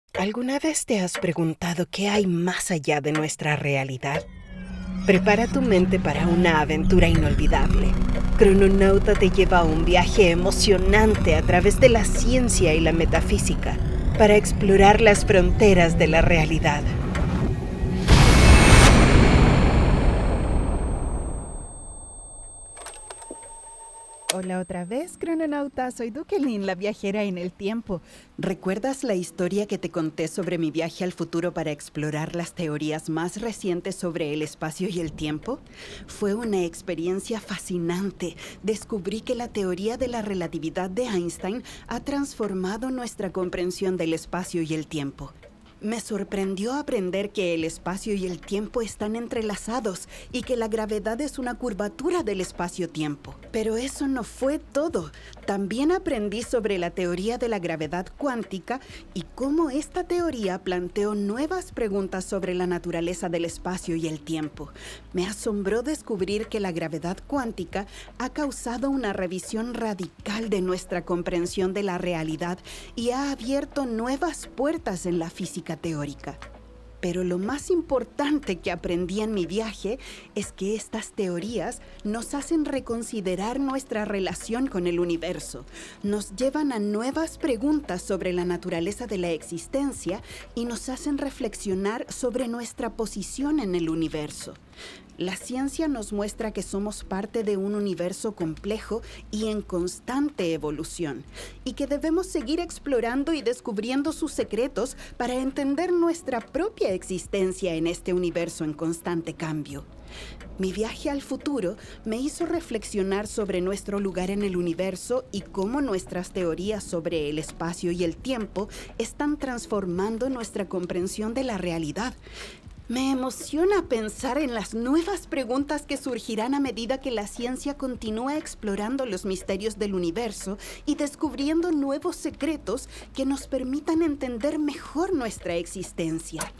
¿Alguna vez te has preguntado qué hay más allá de nuestra realidad? Prepara tu mente para una aventura inolvidable. Crononauta te lleva a un viaje emocionante a través de la ciencia y la metafísica para explorar las fronteras de la realidad. Hola otra vez, crononauta. Soy Dukelin, la viajera en el tiempo. ¿Recuerdas la historia que te conté sobre mi viaje al futuro para explorar las teorías más recientes sobre el espacio y el tiempo? Fue una experiencia fascinante. Descubrí que la teoría de la relatividad de Einstein ha transformado nuestra comprensión del espacio y el tiempo. Me sorprendió aprender que el espacio y el tiempo están entrelazados y que la gravedad es una curvatura del espacio-tiempo. Pero eso no fue todo. También aprendí sobre la teoría de la gravedad cuántica y cómo esta teoría planteó nuevas preguntas sobre la naturaleza del espacio y el tiempo. Me asombró descubrir que la gravedad cuántica ha causado una revisión radical de nuestra comprensión de la realidad y ha abierto nuevas puertas en la física teórica. Pero lo más importante que aprendí en mi viaje es que estas teorías nos hacen reconsiderar nuestra relación con el universo, nos llevan a nuevas preguntas sobre la naturaleza de la existencia y nos hacen reflexionar sobre nuestra posición en el universo. La ciencia nos muestra que somos parte de un universo complejo y en constante evolución, y que debemos seguir explorando y descubriendo sus secretos para entender nuestra propia existencia en este universo en constante cambio. Mi viaje al futuro me hizo reflexionar sobre nuestro lugar en el universo y cómo nuestras teorías sobre el espacio y el tiempo están transformando nuestra comprensión de la realidad. Me emociona pensar en las nuevas preguntas que surgirán a medida que la ciencia continúa explorando los misterios del universo y descubriendo nuevos secretos que nos permitan entender mejor nuestra existencia.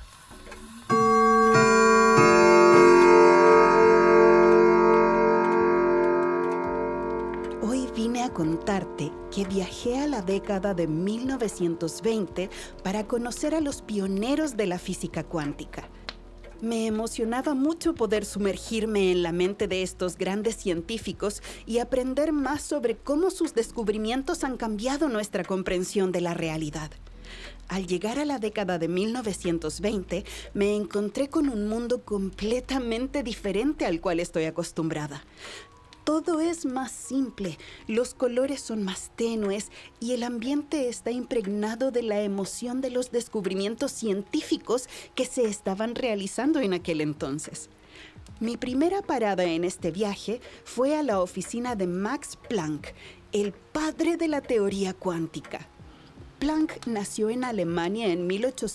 Hoy vine a contarte que viajé a la década de 1920 para conocer a los pioneros de la física cuántica. Me emocionaba mucho poder sumergirme en la mente de estos grandes científicos y aprender más sobre cómo sus descubrimientos han cambiado nuestra comprensión de la realidad. Al llegar a la década de 1920, me encontré con un mundo completamente diferente al cual estoy acostumbrada. Todo es más simple, los colores son más tenues y el ambiente está impregnado de la emoción de los descubrimientos científicos que se estaban realizando en aquel entonces. Mi primera parada en este viaje fue a la oficina de Max Planck, el padre de la teoría cuántica. Planck nació en Alemania en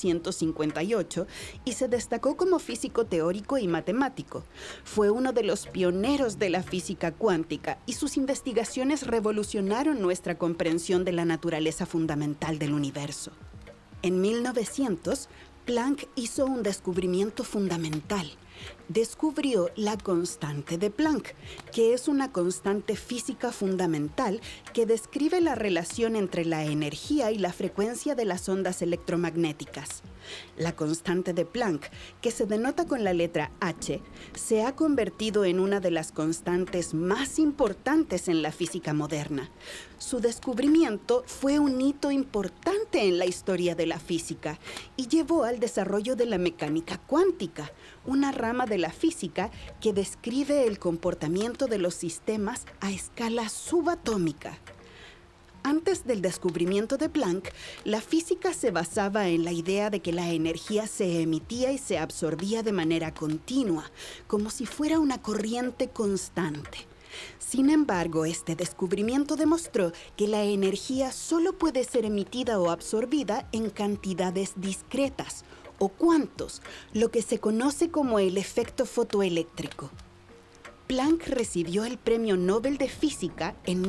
1858 y se destacó como físico teórico y matemático. Fue uno de los pioneros de la física cuántica y sus investigaciones revolucionaron nuestra comprensión de la naturaleza fundamental del universo. En 1900, Planck hizo un descubrimiento fundamental. Descubrió la constante de Planck, que es una constante física fundamental que describe la relación entre la energía y la frecuencia de las ondas electromagnéticas. La constante de Planck, que se denota con la letra H, se ha convertido en una de las constantes más importantes en la física moderna. Su descubrimiento fue un hito importante en la historia de la física y llevó al desarrollo de la mecánica cuántica, una rama de la física que describe el comportamiento de los sistemas a escala subatómica. Antes del descubrimiento de Planck, la física se basaba en la idea de que la energía se emitía y se absorbía de manera continua, como si fuera una corriente constante. Sin embargo, este descubrimiento demostró que la energía solo puede ser emitida o absorbida en cantidades discretas, o cuantos, lo que se conoce como el efecto fotoeléctrico. Planck recibió el Premio Nobel de Física en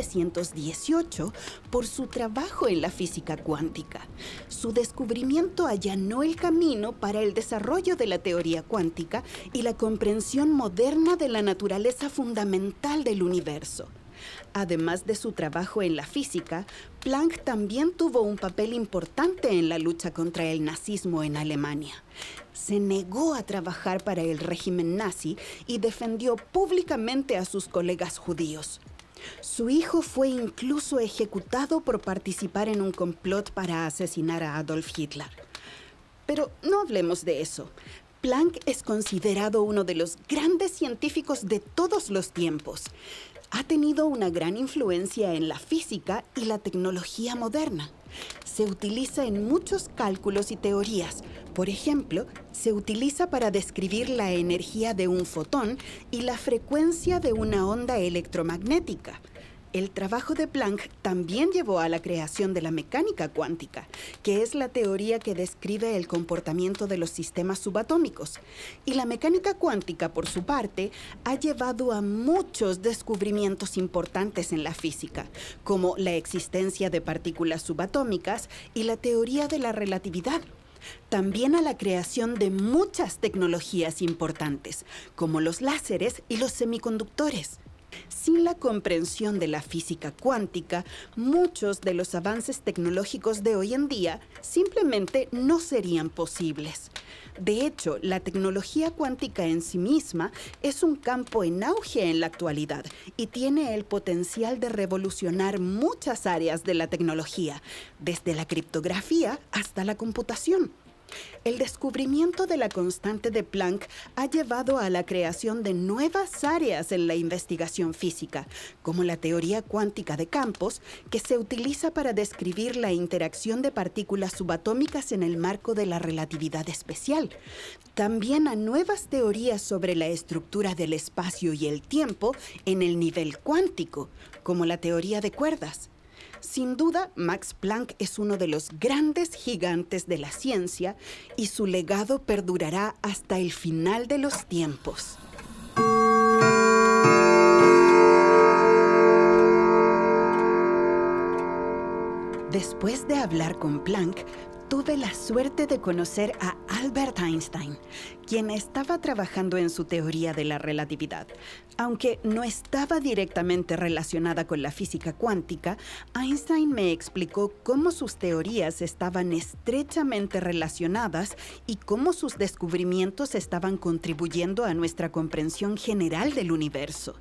1918 por su trabajo en la física cuántica. Su descubrimiento allanó el camino para el desarrollo de la teoría cuántica y la comprensión moderna de la naturaleza fundamental del universo. Además de su trabajo en la física, Planck también tuvo un papel importante en la lucha contra el nazismo en Alemania. Se negó a trabajar para el régimen nazi y defendió públicamente a sus colegas judíos. Su hijo fue incluso ejecutado por participar en un complot para asesinar a Adolf Hitler. Pero no hablemos de eso. Planck es considerado uno de los grandes científicos de todos los tiempos. Ha tenido una gran influencia en la física y la tecnología moderna. Se utiliza en muchos cálculos y teorías. Por ejemplo, se utiliza para describir la energía de un fotón y la frecuencia de una onda electromagnética. El trabajo de Planck también llevó a la creación de la mecánica cuántica, que es la teoría que describe el comportamiento de los sistemas subatómicos. Y la mecánica cuántica, por su parte, ha llevado a muchos descubrimientos importantes en la física, como la existencia de partículas subatómicas y la teoría de la relatividad. También a la creación de muchas tecnologías importantes, como los láseres y los semiconductores. Sin la comprensión de la física cuántica, muchos de los avances tecnológicos de hoy en día simplemente no serían posibles. De hecho, la tecnología cuántica en sí misma es un campo en auge en la actualidad y tiene el potencial de revolucionar muchas áreas de la tecnología, desde la criptografía hasta la computación. El descubrimiento de la constante de Planck ha llevado a la creación de nuevas áreas en la investigación física, como la teoría cuántica de campos, que se utiliza para describir la interacción de partículas subatómicas en el marco de la relatividad especial. También a nuevas teorías sobre la estructura del espacio y el tiempo en el nivel cuántico, como la teoría de cuerdas. Sin duda, Max Planck es uno de los grandes gigantes de la ciencia y su legado perdurará hasta el final de los tiempos. Después de hablar con Planck, tuve la suerte de conocer a Albert Einstein, quien estaba trabajando en su teoría de la relatividad. Aunque no estaba directamente relacionada con la física cuántica, Einstein me explicó cómo sus teorías estaban estrechamente relacionadas y cómo sus descubrimientos estaban contribuyendo a nuestra comprensión general del universo.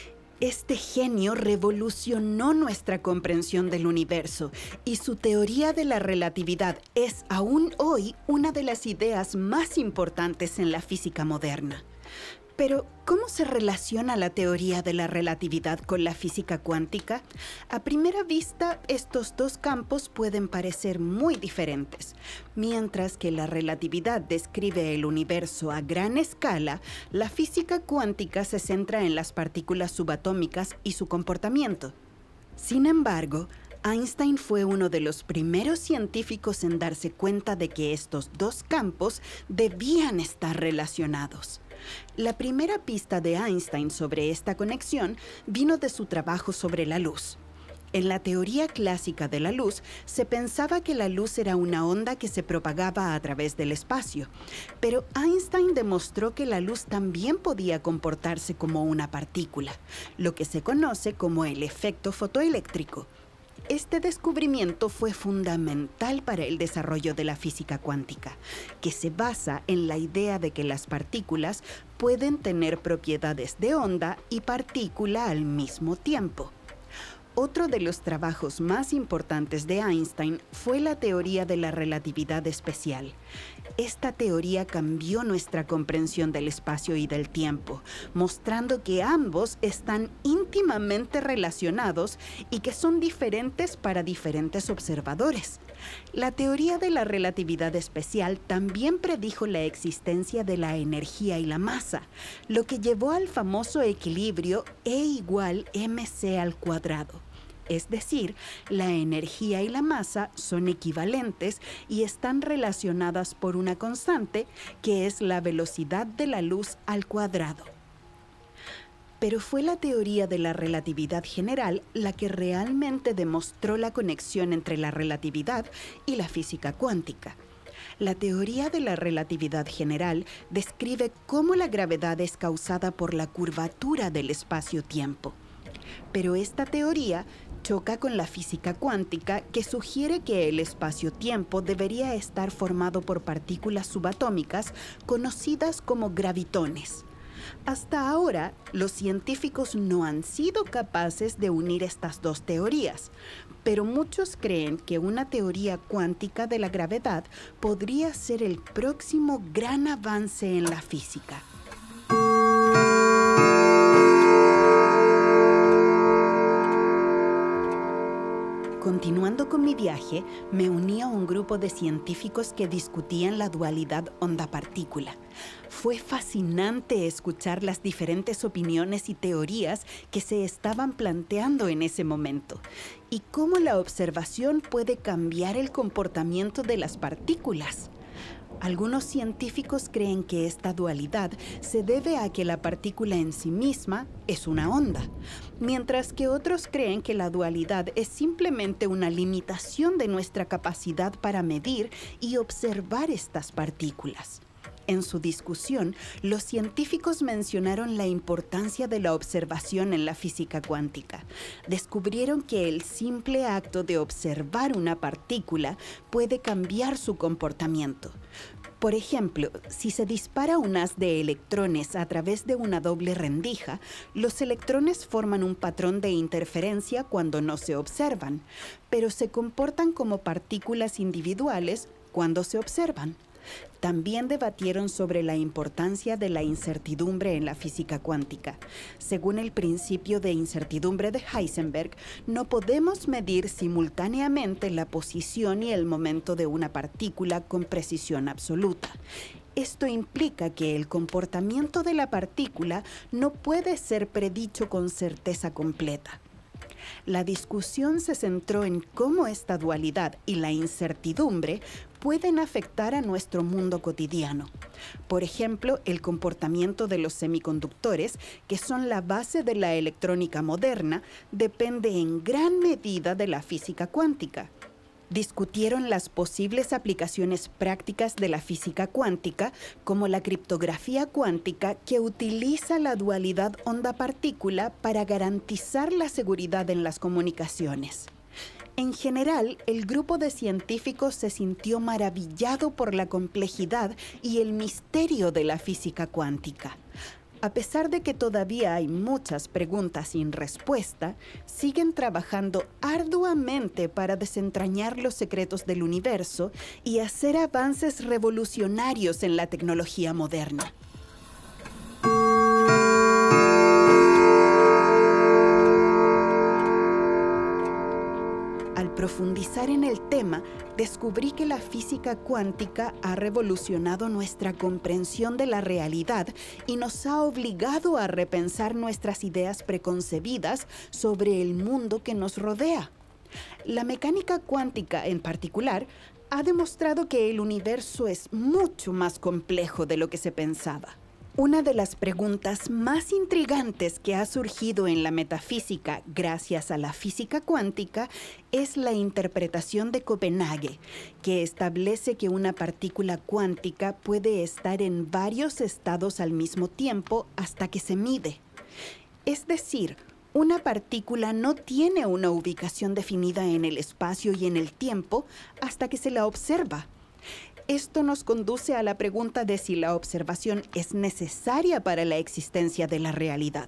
Este genio revolucionó nuestra comprensión del universo y su teoría de la relatividad es aún hoy una de las ideas más importantes en la física moderna. Pero, ¿cómo se relaciona la teoría de la relatividad con la física cuántica? A primera vista, estos dos campos pueden parecer muy diferentes. Mientras que la relatividad describe el universo a gran escala, la física cuántica se centra en las partículas subatómicas y su comportamiento. Sin embargo, Einstein fue uno de los primeros científicos en darse cuenta de que estos dos campos debían estar relacionados. La primera pista de Einstein sobre esta conexión vino de su trabajo sobre la luz. En la teoría clásica de la luz, se pensaba que la luz era una onda que se propagaba a través del espacio, pero Einstein demostró que la luz también podía comportarse como una partícula, lo que se conoce como el efecto fotoeléctrico. Este descubrimiento fue fundamental para el desarrollo de la física cuántica, que se basa en la idea de que las partículas pueden tener propiedades de onda y partícula al mismo tiempo. Otro de los trabajos más importantes de Einstein fue la teoría de la relatividad especial. Esta teoría cambió nuestra comprensión del espacio y del tiempo, mostrando que ambos están íntimamente relacionados y que son diferentes para diferentes observadores. La teoría de la relatividad especial también predijo la existencia de la energía y la masa, lo que llevó al famoso equilibrio E=mc². Es decir, la energía y la masa son equivalentes y están relacionadas por una constante, que es la velocidad de la luz al cuadrado. Pero fue la teoría de la relatividad general la que realmente demostró la conexión entre la relatividad y la física cuántica. La teoría de la relatividad general describe cómo la gravedad es causada por la curvatura del espacio-tiempo. Pero esta teoría choca con la física cuántica, que sugiere que el espacio-tiempo debería estar formado por partículas subatómicas conocidas como gravitones. Hasta ahora, los científicos no han sido capaces de unir estas dos teorías, pero muchos creen que una teoría cuántica de la gravedad podría ser el próximo gran avance en la física. Continuando con mi viaje, me uní a un grupo de científicos que discutían la dualidad onda-partícula. Fue fascinante escuchar las diferentes opiniones y teorías que se estaban planteando en ese momento y cómo la observación puede cambiar el comportamiento de las partículas. Algunos científicos creen que esta dualidad se debe a que la partícula en sí misma es una onda, mientras que otros creen que la dualidad es simplemente una limitación de nuestra capacidad para medir y observar estas partículas. En su discusión, los científicos mencionaron la importancia de la observación en la física cuántica. Descubrieron que el simple acto de observar una partícula puede cambiar su comportamiento. Por ejemplo, si se dispara un haz de electrones a través de una doble rendija, los electrones forman un patrón de interferencia cuando no se observan, pero se comportan como partículas individuales cuando se observan. También debatieron sobre la importancia de la incertidumbre en la física cuántica. Según el principio de incertidumbre de Heisenberg, no podemos medir simultáneamente la posición y el momento de una partícula con precisión absoluta. Esto implica que el comportamiento de la partícula no puede ser predicho con certeza completa. La discusión se centró en cómo esta dualidad y la incertidumbre pueden afectar a nuestro mundo cotidiano. Por ejemplo, el comportamiento de los semiconductores, que son la base de la electrónica moderna, depende en gran medida de la física cuántica. Discutieron las posibles aplicaciones prácticas de la física cuántica, como la criptografía cuántica, que utiliza la dualidad onda-partícula para garantizar la seguridad en las comunicaciones. En general, el grupo de científicos se sintió maravillado por la complejidad y el misterio de la física cuántica. A pesar de que todavía hay muchas preguntas sin respuesta, siguen trabajando arduamente para desentrañar los secretos del universo y hacer avances revolucionarios en la tecnología moderna. Al profundizar en el tema, descubrí que la física cuántica ha revolucionado nuestra comprensión de la realidad y nos ha obligado a repensar nuestras ideas preconcebidas sobre el mundo que nos rodea. La mecánica cuántica, en particular, ha demostrado que el universo es mucho más complejo de lo que se pensaba. Una de las preguntas más intrigantes que ha surgido en la metafísica gracias a la física cuántica es la interpretación de Copenhague, que establece que una partícula cuántica puede estar en varios estados al mismo tiempo hasta que se mide. Es decir, una partícula no tiene una ubicación definida en el espacio y en el tiempo hasta que se la observa. Esto nos conduce a la pregunta de si la observación es necesaria para la existencia de la realidad.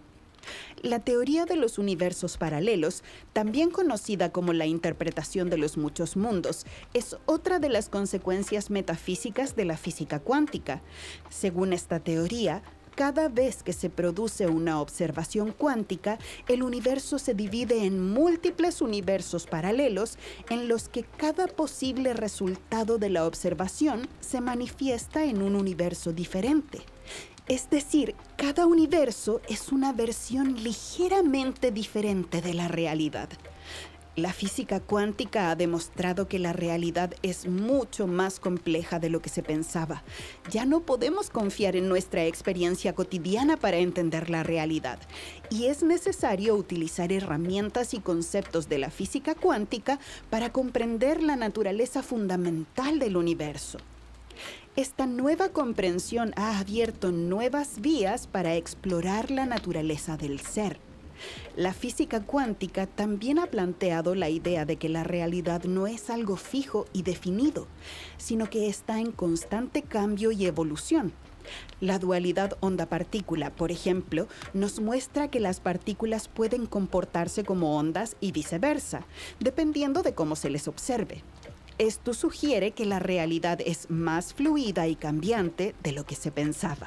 La teoría de los universos paralelos, también conocida como la interpretación de los muchos mundos, es otra de las consecuencias metafísicas de la física cuántica. Según esta teoría, cada vez que se produce una observación cuántica, el universo se divide en múltiples universos paralelos en los que cada posible resultado de la observación se manifiesta en un universo diferente. Es decir, cada universo es una versión ligeramente diferente de la realidad. La física cuántica ha demostrado que la realidad es mucho más compleja de lo que se pensaba. Ya no podemos confiar en nuestra experiencia cotidiana para entender la realidad, y es necesario utilizar herramientas y conceptos de la física cuántica para comprender la naturaleza fundamental del universo. Esta nueva comprensión ha abierto nuevas vías para explorar la naturaleza del ser. La física cuántica también ha planteado la idea de que la realidad no es algo fijo y definido, sino que está en constante cambio y evolución. La dualidad onda-partícula, por ejemplo, nos muestra que las partículas pueden comportarse como ondas y viceversa, dependiendo de cómo se les observe. Esto sugiere que la realidad es más fluida y cambiante de lo que se pensaba.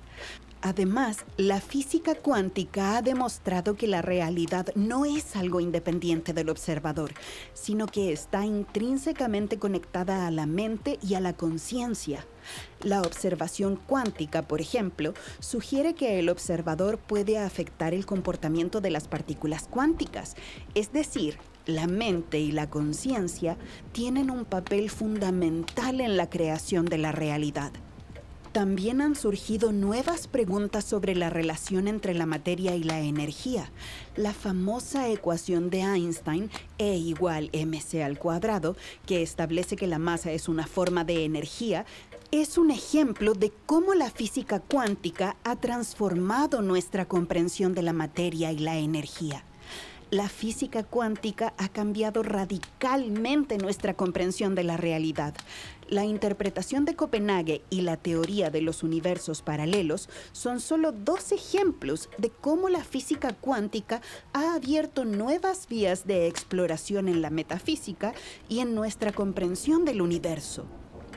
Además, la física cuántica ha demostrado que la realidad no es algo independiente del observador, sino que está intrínsecamente conectada a la mente y a la conciencia. La observación cuántica, por ejemplo, sugiere que el observador puede afectar el comportamiento de las partículas cuánticas, es decir, la mente y la conciencia tienen un papel fundamental en la creación de la realidad. También han surgido nuevas preguntas sobre la relación entre la materia y la energía. La famosa ecuación de Einstein, E igual mc al cuadrado, que establece que la masa es una forma de energía, es un ejemplo de cómo la física cuántica ha transformado nuestra comprensión de la materia y la energía. La física cuántica ha cambiado radicalmente nuestra comprensión de la realidad. La interpretación de Copenhague y la teoría de los universos paralelos son solo dos ejemplos de cómo la física cuántica ha abierto nuevas vías de exploración en la metafísica y en nuestra comprensión del universo.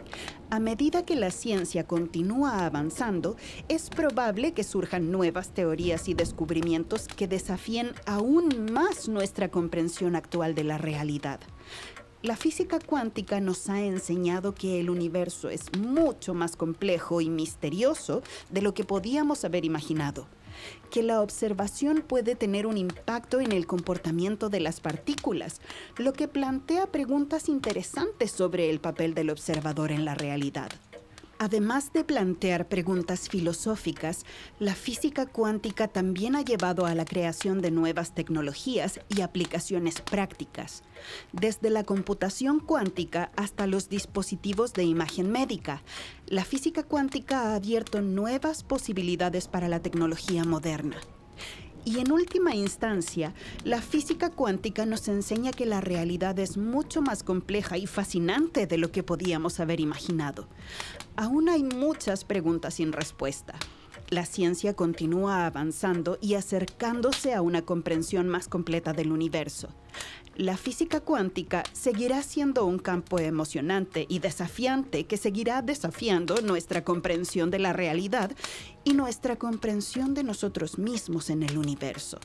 A medida que la ciencia continúa avanzando, es probable que surjan nuevas teorías y descubrimientos que desafíen aún más nuestra comprensión actual de la realidad. La física cuántica nos ha enseñado que el universo es mucho más complejo y misterioso de lo que podíamos haber imaginado, que la observación puede tener un impacto en el comportamiento de las partículas, lo que plantea preguntas interesantes sobre el papel del observador en la realidad. Además de plantear preguntas filosóficas, la física cuántica también ha llevado a la creación de nuevas tecnologías y aplicaciones prácticas, desde la computación cuántica hasta los dispositivos de imagen médica. La física cuántica ha abierto nuevas posibilidades para la tecnología moderna. Y en última instancia, la física cuántica nos enseña que la realidad es mucho más compleja y fascinante de lo que podíamos haber imaginado. Aún hay muchas preguntas sin respuesta. La ciencia continúa avanzando y acercándose a una comprensión más completa del universo. La física cuántica seguirá siendo un campo emocionante y desafiante que seguirá desafiando nuestra comprensión de la realidad y nuestra comprensión de nosotros mismos en el universo.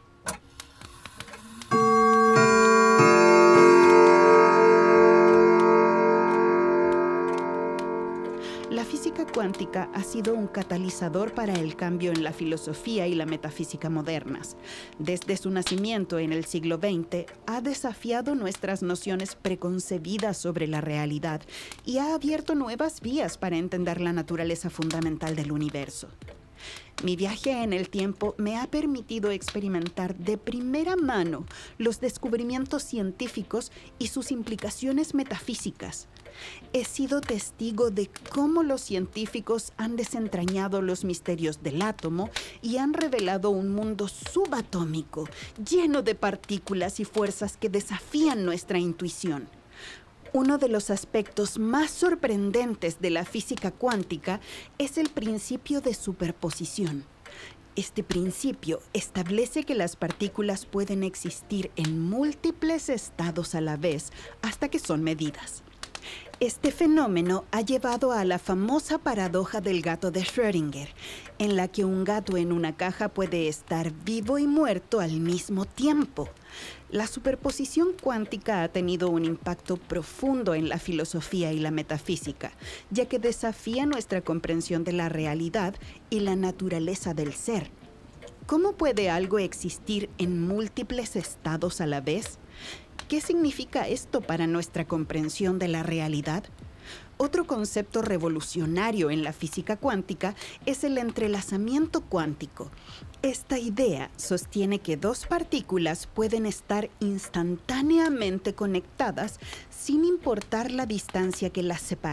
La física cuántica ha sido un catalizador para el cambio en la filosofía y la metafísica modernas. Desde su nacimiento en el siglo XX, ha desafiado nuestras nociones preconcebidas sobre la realidad y ha abierto nuevas vías para entender la naturaleza fundamental del universo. Mi viaje en el tiempo me ha permitido experimentar de primera mano los descubrimientos científicos y sus implicaciones metafísicas. He sido testigo de cómo los científicos han desentrañado los misterios del átomo y han revelado un mundo subatómico, lleno de partículas y fuerzas que desafían nuestra intuición. Uno de los aspectos más sorprendentes de la física cuántica es el principio de superposición. Este principio establece que las partículas pueden existir en múltiples estados a la vez hasta que son medidas. Este fenómeno ha llevado a la famosa paradoja del gato de Schrödinger, en la que un gato en una caja puede estar vivo y muerto al mismo tiempo. La superposición cuántica ha tenido un impacto profundo en la filosofía y la metafísica, ya que desafía nuestra comprensión de la realidad y la naturaleza del ser. ¿Cómo puede algo existir en múltiples estados a la vez? ¿Qué significa esto para nuestra comprensión de la realidad? Otro concepto revolucionario en la física cuántica es el entrelazamiento cuántico. Esta idea sostiene que dos partículas pueden estar instantáneamente conectadas sin importar la distancia que las separe.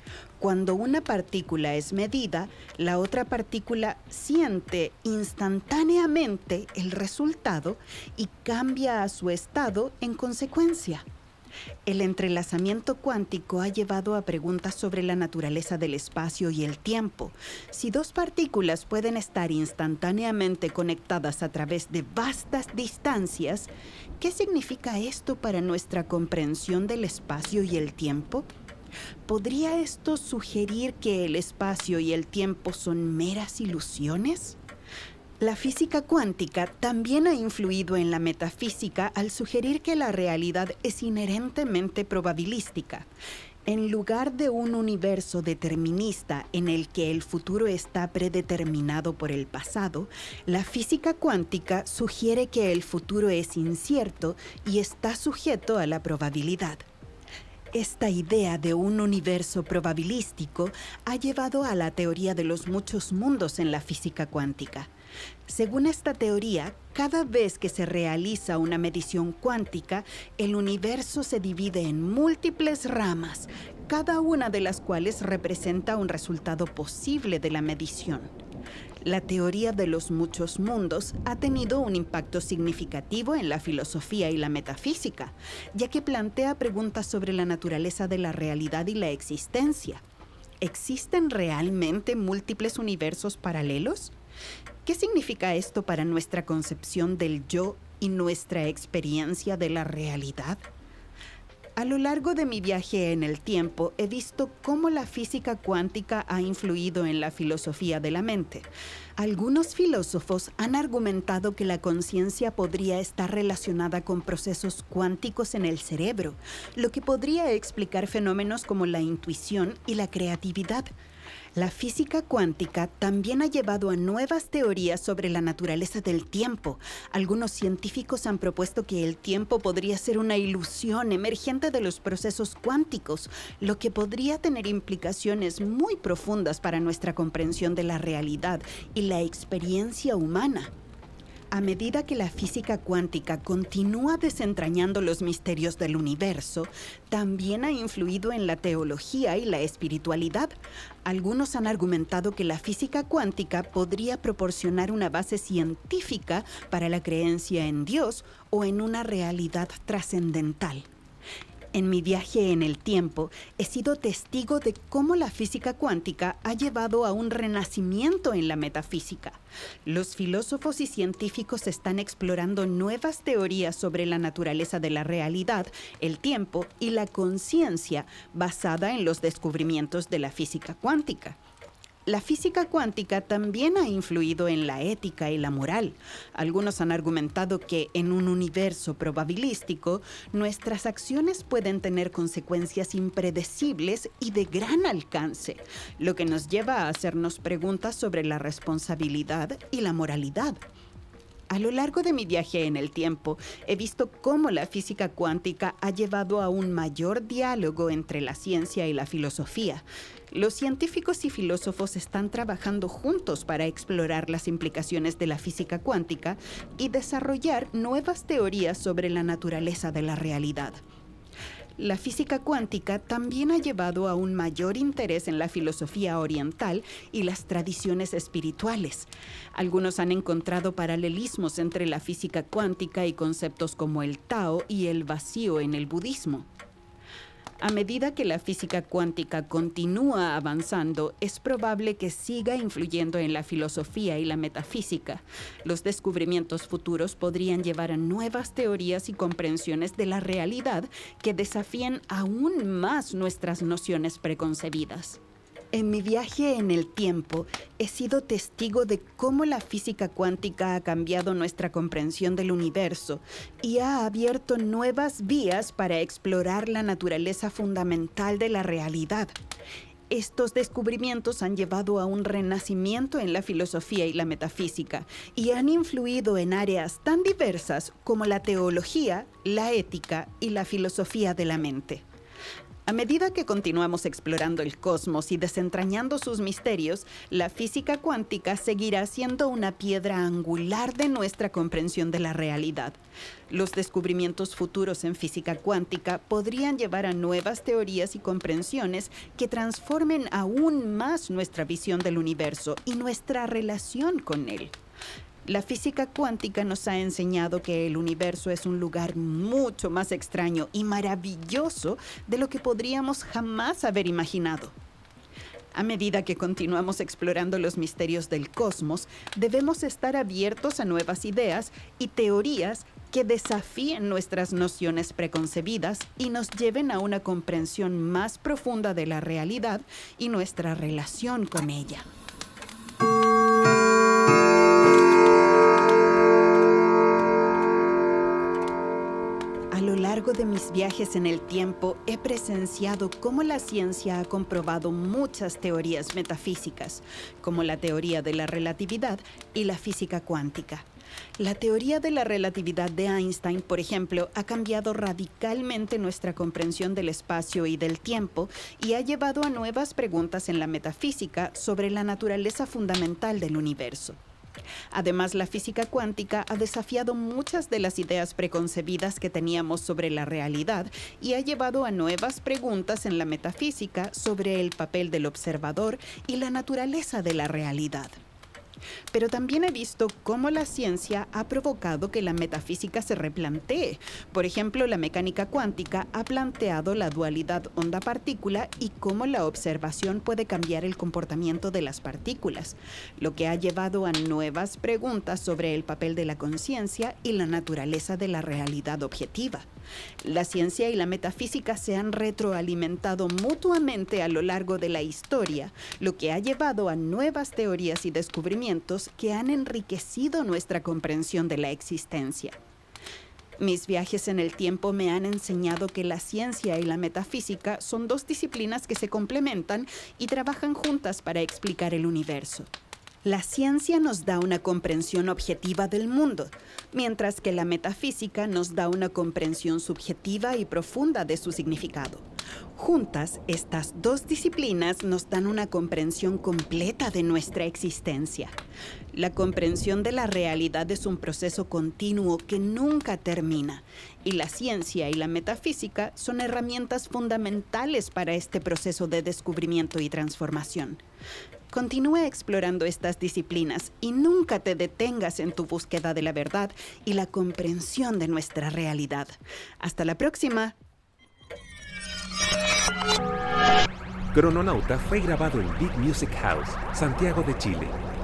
Cuando una partícula es medida, la otra partícula siente instantáneamente el resultado y cambia a su estado en consecuencia. El entrelazamiento cuántico ha llevado a preguntas sobre la naturaleza del espacio y el tiempo. Si dos partículas pueden estar instantáneamente conectadas a través de vastas distancias, ¿qué significa esto para nuestra comprensión del espacio y el tiempo? ¿Podría esto sugerir que el espacio y el tiempo son meras ilusiones? La física cuántica también ha influido en la metafísica al sugerir que la realidad es inherentemente probabilística. En lugar de un universo determinista en el que el futuro está predeterminado por el pasado, la física cuántica sugiere que el futuro es incierto y está sujeto a la probabilidad. Esta idea de un universo probabilístico ha llevado a la teoría de los muchos mundos en la física cuántica. Según esta teoría, cada vez que se realiza una medición cuántica, el universo se divide en múltiples ramas, cada una de las cuales representa un resultado posible de la medición. La teoría de los muchos mundos ha tenido un impacto significativo en la filosofía y la metafísica, ya que plantea preguntas sobre la naturaleza de la realidad y la existencia. ¿Existen realmente múltiples universos paralelos? ¿Qué significa esto para nuestra concepción del yo y nuestra experiencia de la realidad? A lo largo de mi viaje en el tiempo, he visto cómo la física cuántica ha influido en la filosofía de la mente. Algunos filósofos han argumentado que la conciencia podría estar relacionada con procesos cuánticos en el cerebro, lo que podría explicar fenómenos como la intuición y la creatividad. La física cuántica también ha llevado a nuevas teorías sobre la naturaleza del tiempo. Algunos científicos han propuesto que el tiempo podría ser una ilusión emergente de los procesos cuánticos, lo que podría tener implicaciones muy profundas para nuestra comprensión de la realidad y la experiencia humana. A medida que la física cuántica continúa desentrañando los misterios del universo, también ha influido en la teología y la espiritualidad. Algunos han argumentado que la física cuántica podría proporcionar una base científica para la creencia en Dios o en una realidad trascendental. En mi viaje en el tiempo, he sido testigo de cómo la física cuántica ha llevado a un renacimiento en la metafísica. Los filósofos y científicos están explorando nuevas teorías sobre la naturaleza de la realidad, el tiempo y la conciencia basada en los descubrimientos de la física cuántica. La física cuántica también ha influido en la ética y la moral. Algunos han argumentado que en un universo probabilístico, nuestras acciones pueden tener consecuencias impredecibles y de gran alcance, lo que nos lleva a hacernos preguntas sobre la responsabilidad y la moralidad. A lo largo de mi viaje en el tiempo, he visto cómo la física cuántica ha llevado a un mayor diálogo entre la ciencia y la filosofía. Los científicos y filósofos están trabajando juntos para explorar las implicaciones de la física cuántica y desarrollar nuevas teorías sobre la naturaleza de la realidad. La física cuántica también ha llevado a un mayor interés en la filosofía oriental y las tradiciones espirituales. Algunos han encontrado paralelismos entre la física cuántica y conceptos como el Tao y el vacío en el budismo. A medida que la física cuántica continúa avanzando, es probable que siga influyendo en la filosofía y la metafísica. Los descubrimientos futuros podrían llevar a nuevas teorías y comprensiones de la realidad que desafíen aún más nuestras nociones preconcebidas. En mi viaje en el tiempo, he sido testigo de cómo la física cuántica ha cambiado nuestra comprensión del universo y ha abierto nuevas vías para explorar la naturaleza fundamental de la realidad. Estos descubrimientos han llevado a un renacimiento en la filosofía y la metafísica y han influido en áreas tan diversas como la teología, la ética y la filosofía de la mente. A medida que continuamos explorando el cosmos y desentrañando sus misterios, la física cuántica seguirá siendo una piedra angular de nuestra comprensión de la realidad. Los descubrimientos futuros en física cuántica podrían llevar a nuevas teorías y comprensiones que transformen aún más nuestra visión del universo y nuestra relación con él. La física cuántica nos ha enseñado que el universo es un lugar mucho más extraño y maravilloso de lo que podríamos jamás haber imaginado. A medida que continuamos explorando los misterios del cosmos, debemos estar abiertos a nuevas ideas y teorías que desafíen nuestras nociones preconcebidas y nos lleven a una comprensión más profunda de la realidad y nuestra relación con ella. A lo largo de mis viajes en el tiempo, he presenciado cómo la ciencia ha comprobado muchas teorías metafísicas, como la teoría de la relatividad y la física cuántica. La teoría de la relatividad de Einstein, por ejemplo, ha cambiado radicalmente nuestra comprensión del espacio y del tiempo y ha llevado a nuevas preguntas en la metafísica sobre la naturaleza fundamental del universo. Además, la física cuántica ha desafiado muchas de las ideas preconcebidas que teníamos sobre la realidad y ha llevado a nuevas preguntas en la metafísica sobre el papel del observador y la naturaleza de la realidad. Pero también he visto cómo la ciencia ha provocado que la metafísica se replantee. Por ejemplo, la mecánica cuántica ha planteado la dualidad onda-partícula y cómo la observación puede cambiar el comportamiento de las partículas, lo que ha llevado a nuevas preguntas sobre el papel de la conciencia y la naturaleza de la realidad objetiva. La ciencia y la metafísica se han retroalimentado mutuamente a lo largo de la historia, lo que ha llevado a nuevas teorías y descubrimientos que han enriquecido nuestra comprensión de la existencia. Mis viajes en el tiempo me han enseñado que la ciencia y la metafísica son dos disciplinas que se complementan y trabajan juntas para explicar el universo. La ciencia nos da una comprensión objetiva del mundo, mientras que la metafísica nos da una comprensión subjetiva y profunda de su significado. Juntas, estas dos disciplinas nos dan una comprensión completa de nuestra existencia. La comprensión de la realidad es un proceso continuo que nunca termina, y la ciencia y la metafísica son herramientas fundamentales para este proceso de descubrimiento y transformación. Continúa explorando estas disciplinas y nunca te detengas en tu búsqueda de la verdad y la comprensión de nuestra realidad. ¡Hasta la próxima! Crononauta fue grabado en Big Music House, Santiago de Chile.